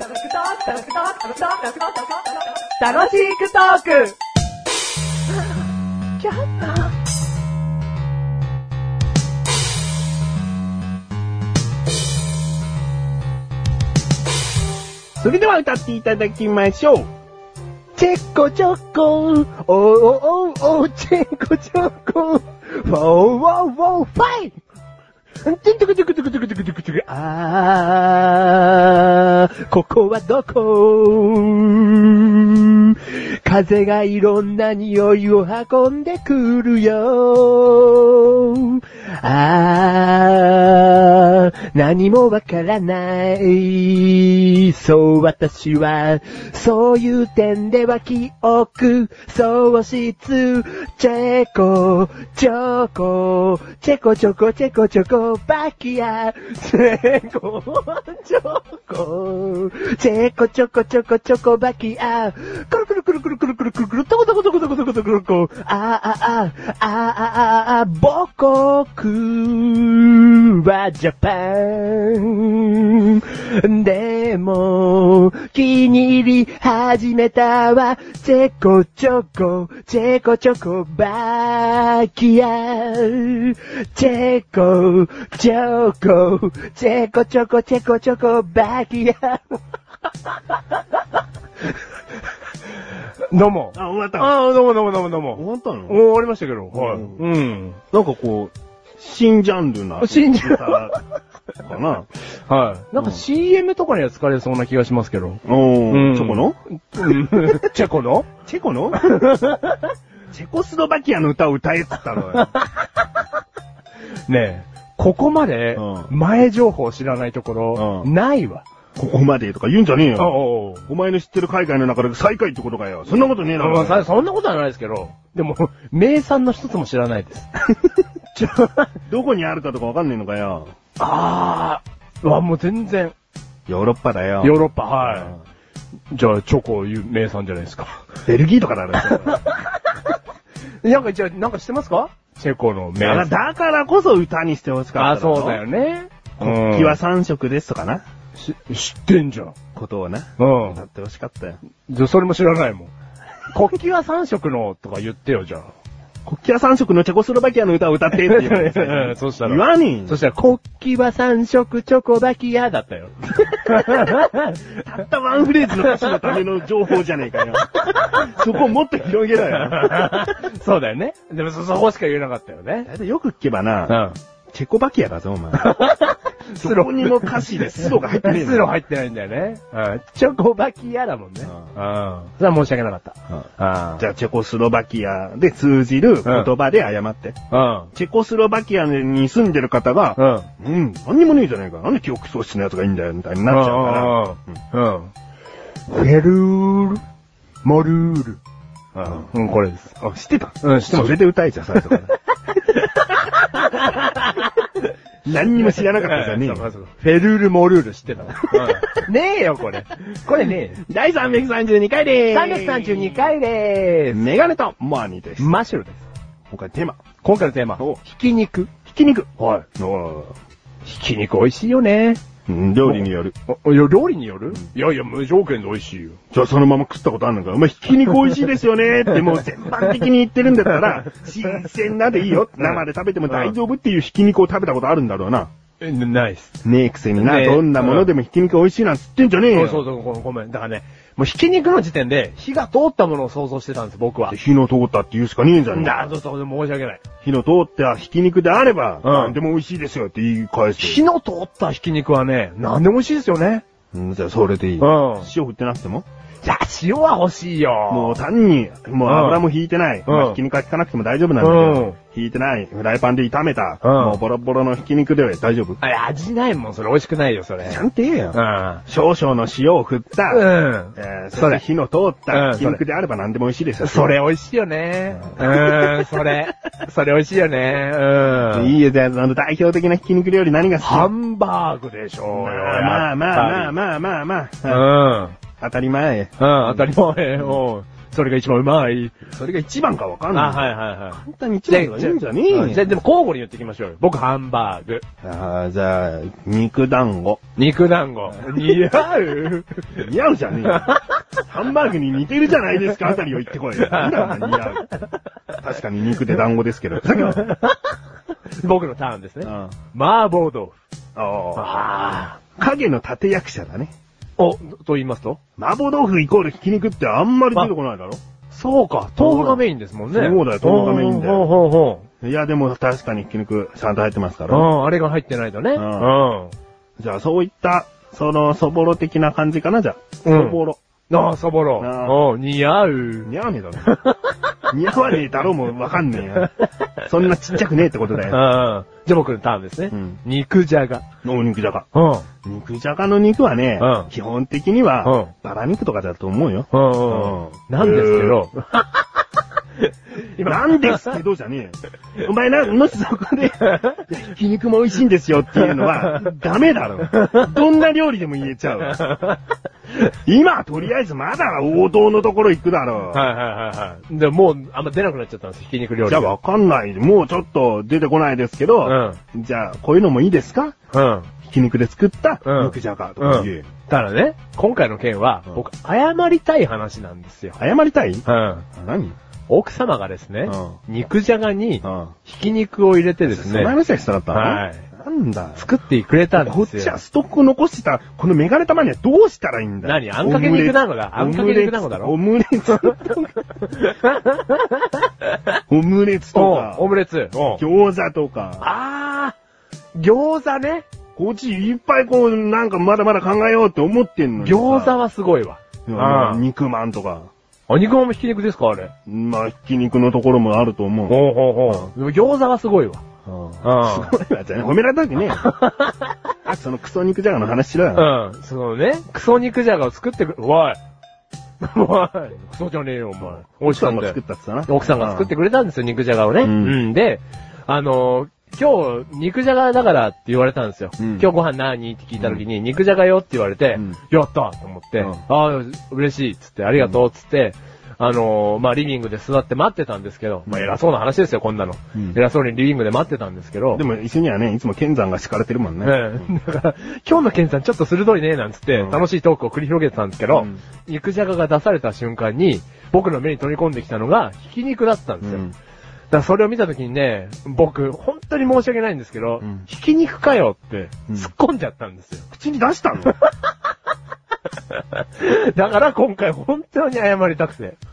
楽しくトークそれでは歌っていただきましょう。 チェコチョコ、おーおーおー、チェコチョコ、フォーウォーウォー、ファイここはどこ風がいろんな匂いを運んでくるよ。何もわからない。そう、私は、そういう点では記憶、喪失、チェコ、チョコ、チェコチョコ、チェコチョコ、バキア、チェコ、チョコ、チェコチョコ、チョコチョコ、バキア、くるくるくるくるくるくるくるくる、トコトコトコトコトコトコトコ、母国はジャパン。でも、気に入り始めたわ。チェコチョコ、チェコチョコ、バキア。チェコ、チョコ、チェコチョコ、チェコチョコ、バキア。どうも。 終わった。 どうも。 終わったの？ 終わりましたけど。はい。 なんかこう、新ジャンルな。 新ジャンルかな。 はい。なんか CM とかには使われそうな気がしますけど。 チョコのチェコのチェコのチェコスロバキアの歌を歌えって言ったの。 ねえ、ここまで前情報知らないところ、ないわ。 ここまでとか言うんじゃねえよ。 お前の知ってる海外の中で最下位ってことかよ。そんなことねえだろ。 そんなことはないですけど、でも、名産の一つも知らないです。 どこにあるかとかわかんねえのかよ。 もう全然。 ヨーロッパだよ。 ヨーロッパ、はい。じゃあ、チョコ名産じゃないですか。 ベルギーとかだろ。 なんか、じゃあ、なんか知ってますか？チェコの名産。 だからこそ歌にしてほしかった。 そうだよね。 国旗は3色ですとかな。 知ってんじゃん。 ことをな。歌ってほしかったよ。 じゃあ、それも知らないもん。国旗は3色のとか言ってよ、じゃあ。 国旗は3色のチェコスロバキアの歌を歌ってって言う。 そしたら。 言わねえ。 そしたら、国旗は3色チョコバキアだったよ。 たったワンフレーズの歌詞のための情報じゃねえかよ。そこをもっと広げろよ。 そうだよね。でもそこしか言えなかったよね。 よく聞けばな、チェコバキアだぞ、お前。そこにの歌詞でスロが入ってねえ。 スロ入ってないんだよね。チョコバキアだもんね。それは申し訳なかった。 じゃあ、チェコスロバキアで通じる言葉で謝って。チェコスロバキアに住んでる方が、何にもねえじゃねえか。なんで記憶喪失のやつがいいんだよ、みたいになっちゃうから。 フェルール、モルール。これです。 知ってた？ 知ってます。 それで歌えちゃう、最初から。何にも知らなかったじゃねえよ。 フェルールモルール知ってたわ。ねえよ、これ。これねえ。 第332回でーす。 332回でーす。 メガネとマーニーです。 マッシュルです。 今回のテーマ。 ひき肉。 ひき肉。 はい。ひき肉美味しいよね。 料理による。 料理による？いや、無条件で美味しいよ。 じゃあそのまま食ったことあるのか。お前ひき肉美味しいですよねってもう全般的に言ってるんだったら、新鮮なでいいよ。生で食べても大丈夫っていうひき肉を食べたことあるんだろうな。 ないっす。 ねえくせにな、どんなものでもひき肉美味しいなんつってんじゃねえよ。 そう、ごめん。だからね、もうひき肉の時点で火が通ったものを想像してたんです、僕は。 火の通ったって言うしかねえんじゃねえか。 そう、申し訳ない。 火の通ったひき肉であれば、何でも美味しいですよって言い返す。 火の通ったひき肉はね、何でも美味しいですよね。 じゃあそれでいい。塩振ってなくても？ いや、塩は欲しいよ。 もう単に、もう油も引いてない。ひき肉は引かなくても大丈夫なんだけど、引いてない。フライパンで炒めた。もうボロボロのひき肉で大丈夫？ 味ないもん、それ美味しくないよ、それ。 ちゃんと言えよ。少々の塩を振った。それ火の通ったひき肉であれば何でも美味しいですよ。 それ美味しいよね。それ美味しいよね。 いいよ、代表的なひき肉料理何が好き？ ハンバーグでしょうよ。 まあ。当たり前。 当たり前。 それが一番うまい。 それが一番かわかんない。 はいはいはい。 簡単に一番がいいんじゃねえよ。 じゃあでも交互に言っていきましょうよ。僕ハンバーグ。 じゃあ、肉団子。 肉団子。似合う似合うじゃねえよ。ハンバーグに似てるじゃないですかあたりを言ってこい。なんだよ、似合う。確かに肉で団子ですけど。 僕のターンですね。麻婆豆腐。 影の立役者だね。 と言いますと麻婆豆腐イコールひき肉ってあんまり出てこないだろ。 そうか、豆腐がメインですもんね。 そうだよ、豆腐がメインだよ。いや、でも確かにひき肉ちゃんと入ってますから。 あれが入ってないとね。 じゃあ、そういった、そぼろ的な感じかな、じゃあ。そぼろ。 そぼろ。似合う。 似合わねえだろ。似合わねえだろもわかんねえよ。そんなちっちゃくねえってことだよ。 じゃあ僕のターンですね。肉じゃが。 肉じゃが。肉じゃがの肉はね、基本的には、バラ肉とかだと思うよ。 なんですけど、 なんですけどじゃねえよ。お前もしそこで、ひき肉も美味しいんですよっていうのは、ダメだろ。どんな料理でも言えちゃう。今、とりあえずまだ王道のところ行くだろう。 はい。でもう、あんま出なくなっちゃったんです、ひき肉料理。 じゃあわかんない。もうちょっと出てこないですけど、じゃあ、こういうのもいいですか？ひき肉で作った肉じゃがとか言う。 ただね、今回の件は、僕、謝りたい話なんですよ。 謝りたい？何？ 奥様がですね、肉じゃがに、ひき肉を入れてですね。 そんな話はしたかったの？はい。なんだ。 作ってくれたんですよ。 こっちはストック残してた、このメガネ玉にはどうしたらいいんだ？ 何？あんかけ肉団子だ。あんかけ肉団子だろ？ オムレツ。オムレツとか。 オムレツ。 餃子とか。 餃子ね。 こっちいっぱいなんかまだまだ考えようって思ってんのに。 餃子はすごいわ。 肉まんとか。 肉まんもひき肉ですかあれ。 ひき肉のところもあると思う。 でも餃子はすごいわ。 すごいわ、じゃあね。褒められたわけね。そのクソ肉じゃがの話しろよ。 そうね。クソ肉じゃがを作っておい。クソじゃねえよ、お前。 奥さんが作ったって言ったな。 奥さんが作ってくれたんですよ、肉じゃがをね。で、今日、肉じゃがだからって言われたんですよ。今日ご飯何って聞いた時に、肉じゃがよって言われて、やったと思って、嬉しいっつって、ありがとうっつって、リビングで座って待ってたんですけど、偉そうな話ですよ、こんなの。偉そうにリビングで待ってたんですけど。 でも一緒にはね、いつも剣山が敷かれてるもんね。 だから、今日の剣山ちょっと鋭いね、なんつって、楽しいトークを繰り広げてたんですけど、肉じゃがが出された瞬間に、僕の目に飛び込んできたのが、ひき肉だったんですよ。だからそれを見たときにね、僕、本当に申し訳ないんですけど、ひき肉かよって、突っ込んじゃったんですよ。 口に出したのだから今回本当に謝りたくて。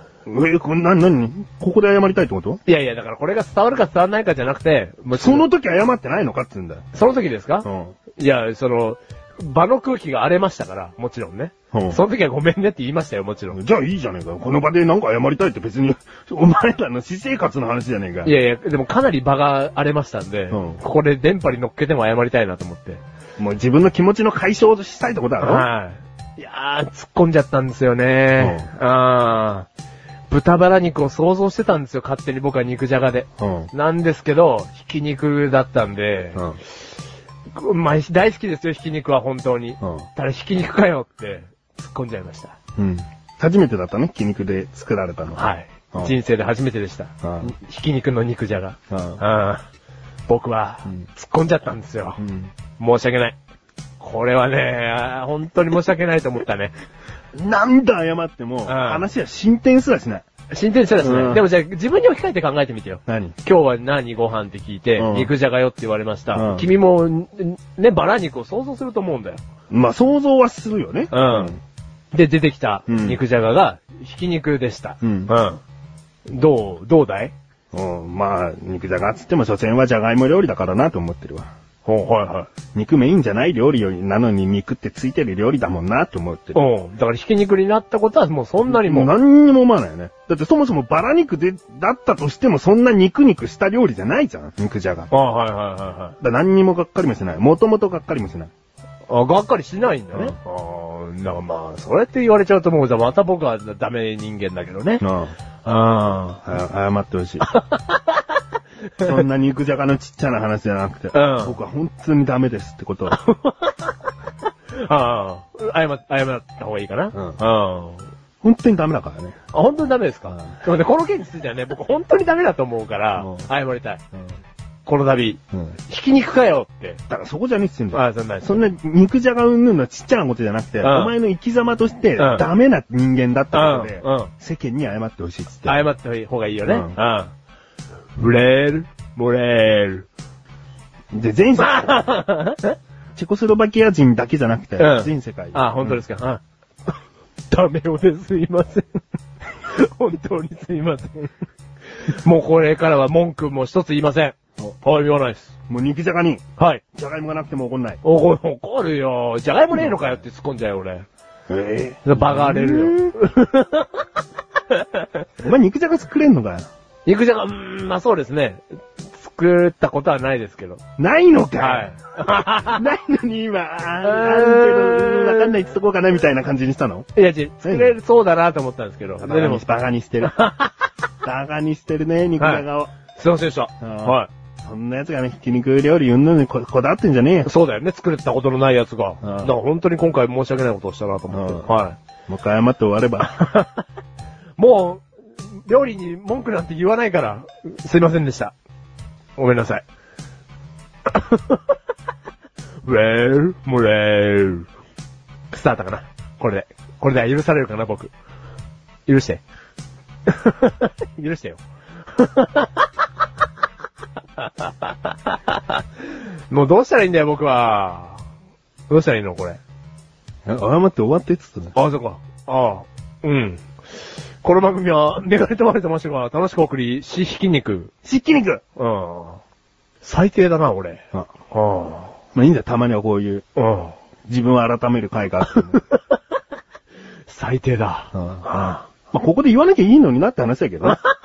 ここで謝りたいってこと？ いや、だからこれが伝わるか伝わらないかじゃなくて、 その時謝ってないのかって言うんだよ。 その時ですか？いや、場の空気が荒れましたから、もちろんね。その時はごめんねって言いましたよ、もちろん。 じゃあいいじゃねえか。この場でなんか謝りたいって別に、お前らの私生活の話じゃねえか。 いや、でもかなり場が荒れましたんで、ここで電波に乗っけても謝りたいなと思って。 もう自分の気持ちの解消をしたいってことだろ？ いや突っ込んじゃったんですよね。豚バラ肉を想像してたんですよ、勝手に僕は肉じゃがで。なんですけど、ひき肉だったんで、大好きですよ、ひき肉は本当に。ただひき肉かよって突っ込んじゃいました。 初めてだったね、ひき肉で作られたの。 はい。人生で初めてでした。ひき肉の肉じゃが。僕は突っ込んじゃったんですよ。申し訳ない。これはね、本当に申し訳ないと思ったね。 なんだ謝っても、話は進展すらしない。 進展すらしない。でもじゃあ自分に置き換えて考えてみてよ。今日は何ご飯って聞いて、肉じゃがよって言われました。君も、ね、バラ肉を想像すると思うんだよ。 想像はするよね。 で、出てきた肉じゃがが、ひき肉でした。どうだい？ 肉じゃがっつっても所詮はじゃがいも料理だからなと思ってるわ。肉メインじゃない料理なのに肉ってついてる料理だもんなって思ってる。 だからひき肉になったことはもうそんなにも。 何にも思わないよね。だってそもそもバラ肉だったとしてもそんな肉した料理じゃないじゃん、肉じゃが。だ何にもがっかりもしない。もともとがっかりもしない。 がっかりしないんだね。だからそれって言われちゃうともうまた僕はダメ人間だけどね。 謝ってほしい。そんな肉じゃがのちっちゃな話じゃなくて、僕は本当にダメですってことを。 謝った方がいいかな。 本当にダメだからね。 あ、本当にダメですか？でもね、この件についてはね、僕本当にダメだと思うから、謝りたい。この度、ひき肉かよって。 だからそこじゃねえっつってんだよ。 あ、 そんな肉じゃがうんぬんのちっちゃなことじゃなくて、お前の生き様としてダメな人間だったことで、世間に謝ってほしいっつって。 謝った方がいいよね。売れる、漏れる。 で、全世界。チェコスロバキア人だけじゃなくて、全世界。 あ、本当ですか。ダメよですいません。本当にすいません。もうこれからは文句も一つ言いません。はい、言わないです。 もう肉じゃがに。 はい。 じゃがいもがなくても怒んない。 怒るよ。じゃがいもねえのかよって突っ込んじゃうよ、俺。バカ荒れるよ。 お前肉じゃが作れんのかよ。 肉じゃが、まあそうですね。作ったことはないですけど。 ないのかはい。 ないのに今、わかんないってとこうかなみたいな感じにしたの？ いや、作れそうだなと思ったんですけど。 でも、バカにしてる。バカにしてるね、肉じゃがを。 すいませんでした。はい。 そんな奴がね、ひき肉料理言うのにこだわってんじゃねえよ。 そうだよね、作れたことのない奴が。だから本当に今回申し訳ないことをしたなと思って。はい。 もう一回謝って終われば。 もう、料理に文句なんて言わないから、すいませんでした。ごめんなさい。もれー。スタートかな。これで許されるかな、僕。許して。許してよ。もうどうしたらいいんだよ、僕は。どうしたらいいの、これ。 謝って終わってっつったね。 あ、そっか。うん。この番組は、メガネとマネとマシュが楽しく送り、ひき肉。最低だな、俺。 まあいいんだよ、たまにはこういう。自分を改める回があっても。 最低だ。 まあここで言わなきゃいいのになって話だけどね。